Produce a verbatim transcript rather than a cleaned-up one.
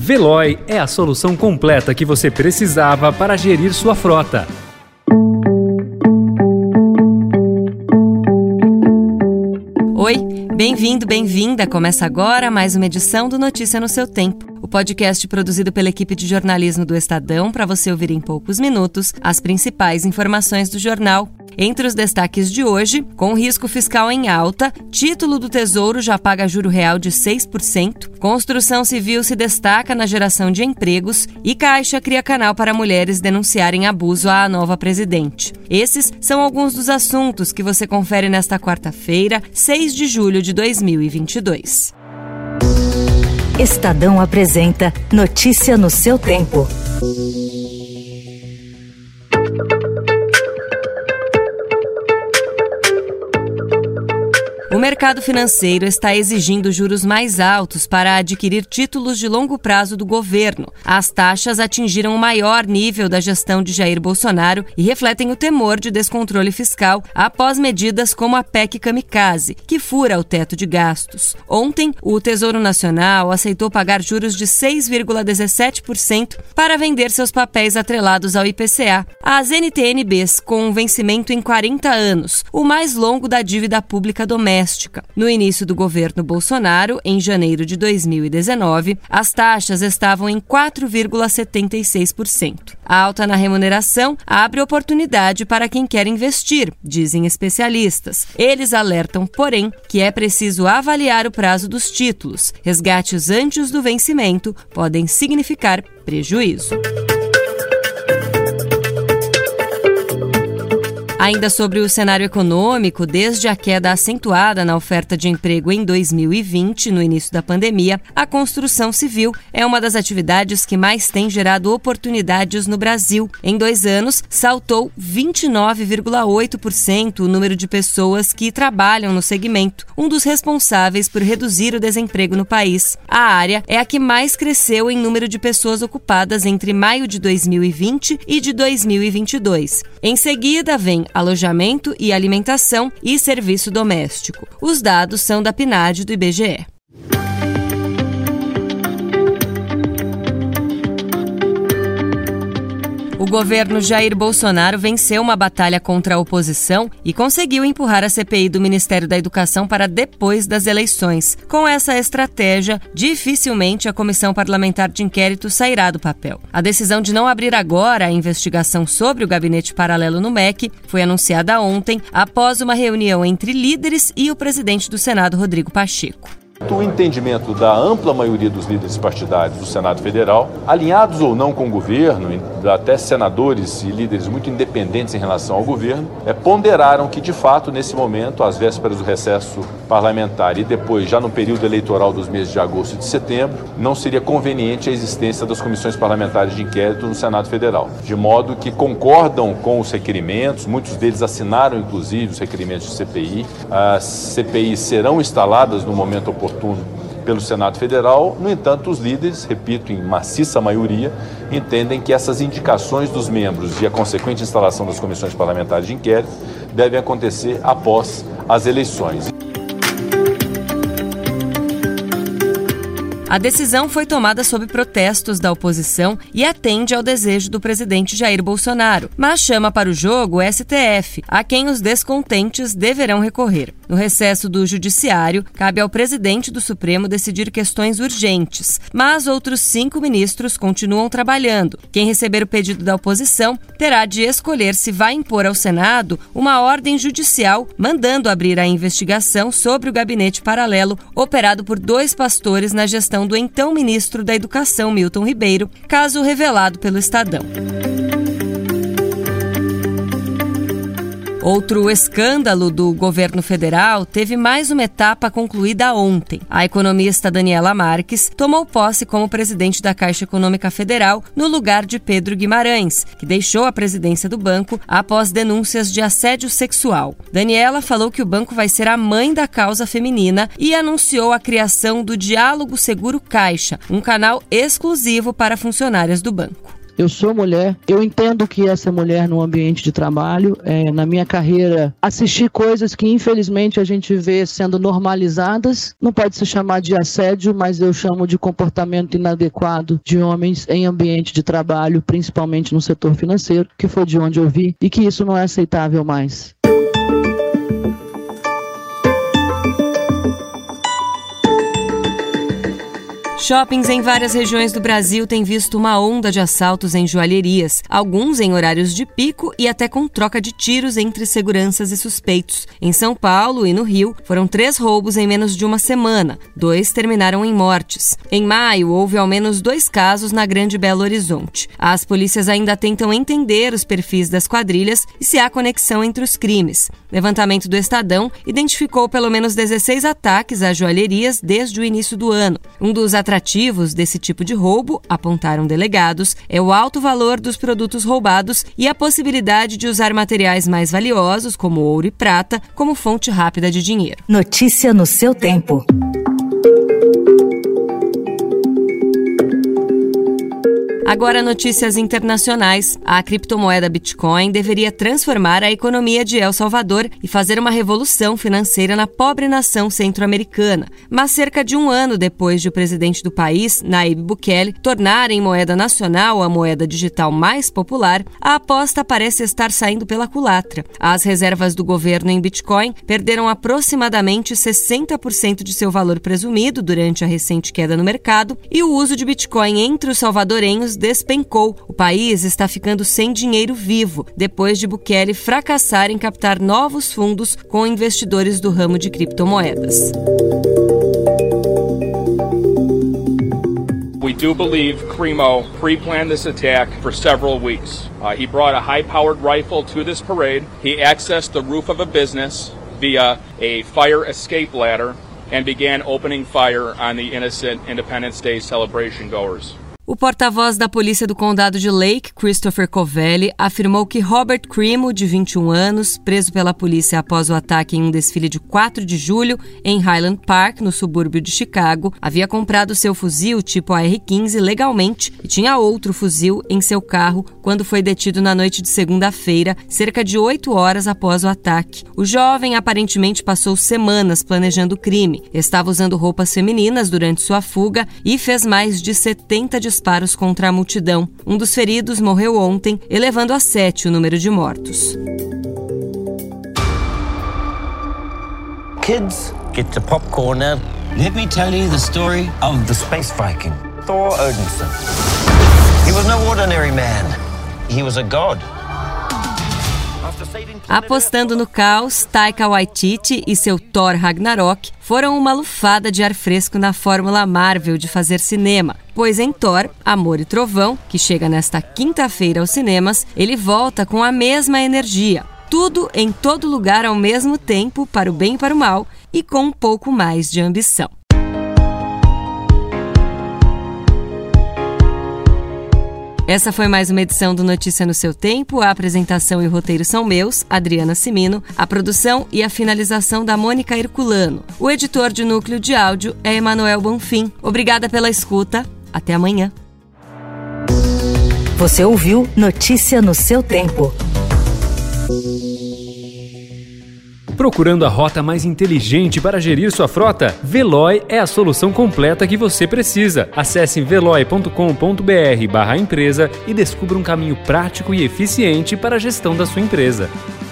Veloy é a solução completa que você precisava para gerir sua frota. Oi, bem-vindo, bem-vinda. Começa agora mais uma edição do Notícia no seu Tempo. O podcast produzido pela equipe de jornalismo do Estadão para você ouvir em poucos minutos as principais informações do jornal. Entre os destaques de hoje, com risco fiscal em alta, título do Tesouro já paga juro real de seis por cento, construção civil se destaca na geração de empregos e Caixa cria canal para mulheres denunciarem abuso à nova presidente. Esses são alguns dos assuntos que você confere nesta quarta-feira, seis de julho de dois mil e vinte e dois. Estadão apresenta Notícia no seu tempo. O mercado financeiro está exigindo juros mais altos para adquirir títulos de longo prazo do governo. As taxas atingiram o maior nível da gestão de Jair Bolsonaro e refletem o temor de descontrole fiscal após medidas como a P E C Kamikaze, que fura o teto de gastos. Ontem, o Tesouro Nacional aceitou pagar juros de seis vírgula dezessete por cento para vender seus papéis atrelados ao I P C A. As N T N Bs com um vencimento em quarenta anos, o mais longo da dívida pública doméstica. No início do governo Bolsonaro, em janeiro de dois mil e dezenove, as taxas estavam em quatro vírgula setenta e seis por cento. A alta na remuneração abre oportunidade para quem quer investir, dizem especialistas. Eles alertam, porém, que é preciso avaliar o prazo dos títulos. Resgates antes do vencimento podem significar prejuízo. Ainda sobre o cenário econômico, desde a queda acentuada na oferta de emprego em dois mil e vinte, no início da pandemia, a construção civil é uma das atividades que mais tem gerado oportunidades no Brasil. Em dois anos, saltou vinte e nove vírgula oito por cento o número de pessoas que trabalham no segmento, um dos responsáveis por reduzir o desemprego no país. A área é a que mais cresceu em número de pessoas ocupadas entre maio de dois mil e vinte e de dois mil e vinte e dois. Em seguida, vem alojamento e alimentação e serviço doméstico. Os dados são da PNAD do I B G E. O governo Jair Bolsonaro venceu uma batalha contra a oposição e conseguiu empurrar a C P I do Ministério da Educação para depois das eleições. Com essa estratégia, dificilmente a Comissão Parlamentar de Inquérito sairá do papel. A decisão de não abrir agora a investigação sobre o gabinete paralelo no M E C foi anunciada ontem, após uma reunião entre líderes e o presidente do Senado, Rodrigo Pacheco. O entendimento da ampla maioria dos líderes partidários do Senado Federal, alinhados ou não com o governo, até senadores e líderes muito independentes em relação ao governo, é, ponderaram que, de fato, nesse momento, às vésperas do recesso parlamentar e depois, já no período eleitoral dos meses de agosto e de setembro, não seria conveniente a existência das comissões parlamentares de inquérito no Senado Federal. De modo que concordam com os requerimentos, muitos deles assinaram, inclusive, os requerimentos de C P I. As C P Is serão instaladas no momento oportuno pelo Senado Federal. No entanto, os líderes, repito, em maciça maioria, entendem que essas indicações dos membros e a consequente instalação das comissões parlamentares de inquérito devem acontecer após as eleições. A decisão foi tomada sob protestos da oposição e atende ao desejo do presidente Jair Bolsonaro, mas chama para o jogo o S T F, a quem os descontentes deverão recorrer. No recesso do Judiciário, cabe ao presidente do Supremo decidir questões urgentes, mas outros cinco ministros continuam trabalhando. Quem receber o pedido da oposição terá de escolher se vai impor ao Senado uma ordem judicial mandando abrir a investigação sobre o gabinete paralelo operado por dois pastores na gestão do então ministro da Educação, Milton Ribeiro, caso revelado pelo Estadão. Outro escândalo do governo federal teve mais uma etapa concluída ontem. A economista Daniela Marques tomou posse como presidente da Caixa Econômica Federal no lugar de Pedro Guimarães, que deixou a presidência do banco após denúncias de assédio sexual. Daniela falou que o banco vai ser a mãe da causa feminina e anunciou a criação do Diálogo Seguro Caixa, um canal exclusivo para funcionárias do banco. Eu sou mulher, eu entendo que essa mulher no ambiente de trabalho, é, na minha carreira, assistir coisas que infelizmente a gente vê sendo normalizadas, não pode se chamar de assédio, mas eu chamo de comportamento inadequado de homens em ambiente de trabalho, principalmente no setor financeiro, que foi de onde eu vi, e que isso não é aceitável mais. Shoppings em várias regiões do Brasil têm visto uma onda de assaltos em joalherias, alguns em horários de pico e até com troca de tiros entre seguranças e suspeitos. Em São Paulo e no Rio, foram três roubos em menos de uma semana. Dois terminaram em mortes. Em maio, houve ao menos dois casos na Grande Belo Horizonte. As polícias ainda tentam entender os perfis das quadrilhas e se há conexão entre os crimes. Levantamento do Estadão identificou pelo menos dezesseis ataques a joalherias desde o início do ano. Um dos atrativos desse tipo de roubo, apontaram delegados, é o alto valor dos produtos roubados e a possibilidade de usar materiais mais valiosos, como ouro e prata, como fonte rápida de dinheiro. Notícia no seu tempo. Agora, notícias internacionais. A criptomoeda Bitcoin deveria transformar a economia de El Salvador e fazer uma revolução financeira na pobre nação centro-americana. Mas cerca de um ano depois de o presidente do país, Nayib Bukele, tornar em moeda nacional a moeda digital mais popular, a aposta parece estar saindo pela culatra. As reservas do governo em Bitcoin perderam aproximadamente sessenta por cento de seu valor presumido durante a recente queda no mercado e o uso de Bitcoin entre os salvadorenhos despencou. O país está ficando sem dinheiro vivo, depois de Bukele fracassar em captar novos fundos com investidores do ramo de criptomoedas. We do believe Crimo pre-planned this attack for several weeks. Uh, he brought a high-powered rifle to this parade. He accessed the roof of a business via a fire escape ladder and began opening fire on the innocent Independence Day celebration goers. O porta-voz da polícia do condado de Lake, Christopher Covelli, afirmou que Robert Crimo, de vinte e um anos, preso pela polícia após o ataque em um desfile de quatro de julho em Highland Park, no subúrbio de Chicago, havia comprado seu fuzil tipo A R quinze legalmente e tinha outro fuzil em seu carro quando foi detido na noite de segunda-feira, cerca de oito horas após o ataque. O jovem aparentemente passou semanas planejando o crime, estava usando roupas femininas durante sua fuga e fez mais de setenta disparos disparos contra a multidão. Um dos feridos morreu ontem, elevando a sete o número de mortos. Kids, get the popcorn now. Let me tell you the story of the space Viking, Thor Odinson. He was no ordinary man. He was a god. Apostando no caos, Taika Waititi e seu Thor Ragnarok foram uma lufada de ar fresco na fórmula Marvel de fazer cinema, pois em Thor, Amor e Trovão, que chega nesta quinta-feira aos cinemas, ele volta com a mesma energia. Tudo em todo lugar ao mesmo tempo, para o bem e para o mal, e com um pouco mais de ambição. Essa foi mais uma edição do Notícia no Seu Tempo. A apresentação e o roteiro são meus, Adriana Cimino. A produção e a finalização da Mônica Herculano. O editor de núcleo de áudio é Emanuel Bonfim. Obrigada pela escuta. Até amanhã. Você ouviu Notícia no Seu Tempo. Procurando a rota mais inteligente para gerir sua frota? Veloy é a solução completa que você precisa. Acesse veloy ponto com ponto br barra empresa e descubra um caminho prático e eficiente para a gestão da sua empresa.